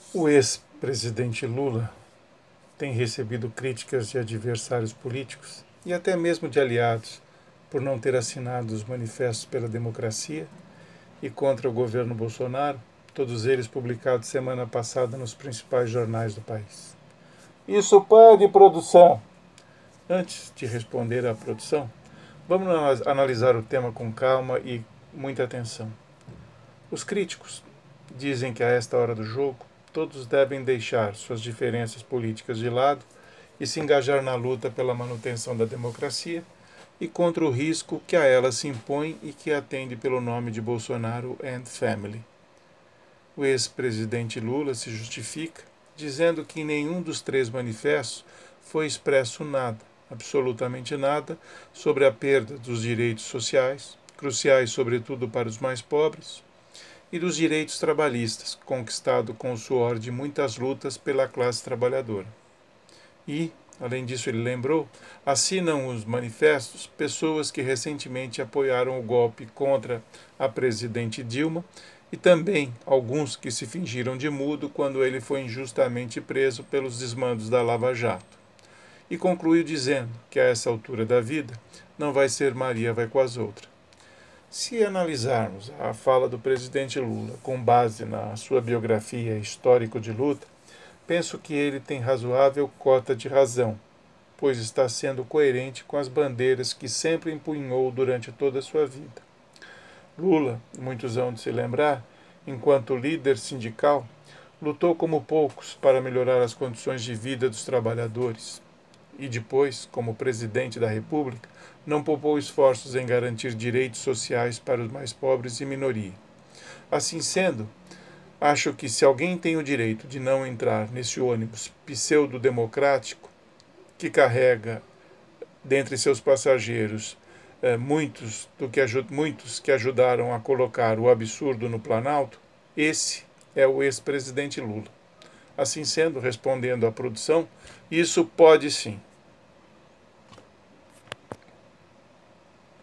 O ex-presidente Lula tem recebido críticas de adversários políticos e até mesmo de aliados por não ter assinado os manifestos pela democracia e contra o governo Bolsonaro, todos eles publicados semana passada nos principais jornais do país. Isso pode, produção! Antes de responder à produção, vamos analisar o tema com calma e muita atenção. Os críticos dizem que a esta hora do jogo, todos devem deixar suas diferenças políticas de lado e se engajar na luta pela manutenção da democracia e contra o risco que a ela se impõe e que atende pelo nome de Bolsonaro and Family. O ex-presidente Lula se justifica dizendo que em nenhum dos três manifestos foi expresso nada, absolutamente nada, sobre a perda dos direitos sociais, cruciais sobretudo para os mais pobres, e dos direitos trabalhistas, conquistado com o suor de muitas lutas pela classe trabalhadora. E, além disso, ele lembrou, assinam os manifestos pessoas que recentemente apoiaram o golpe contra a presidente Dilma e também alguns que se fingiram de mudo quando ele foi injustamente preso pelos desmandos da Lava Jato. E concluiu dizendo que a essa altura da vida não vai ser Maria vai com as outras. Se analisarmos a fala do presidente Lula com base na sua biografia histórico de luta, penso que ele tem razoável cota de razão, pois está sendo coerente com as bandeiras que sempre empunhou durante toda a sua vida. Lula, muitos hão de se lembrar, enquanto líder sindical, lutou como poucos para melhorar as condições de vida dos trabalhadores. E depois, como presidente da República, não poupou esforços em garantir direitos sociais para os mais pobres e minoria. Assim sendo, acho que se alguém tem o direito de não entrar nesse ônibus pseudo-democrático, que carrega dentre seus passageiros muitos que ajudaram a colocar o absurdo no Planalto, esse é o ex-presidente Lula. Assim sendo, respondendo à produção, isso pode sim.